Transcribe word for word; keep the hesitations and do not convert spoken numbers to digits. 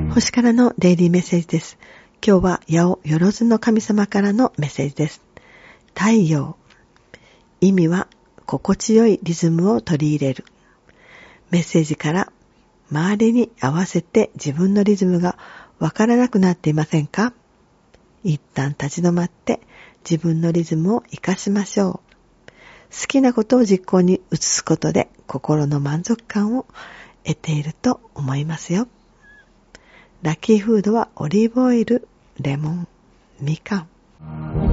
星からのデイリーメッセージです。今日は八百万の神様からのメッセージです。太陽。意味は心地よいリズムを取り入れる。メッセージから、周りに合わせて自分のリズムがわからなくなっていませんか？一旦立ち止まって自分のリズムを活かしましょう。好きなことを実行に移すことで心の満足感を得ていると思いますよ。ラッキーフードはオリーブオイル、レモン、みかん。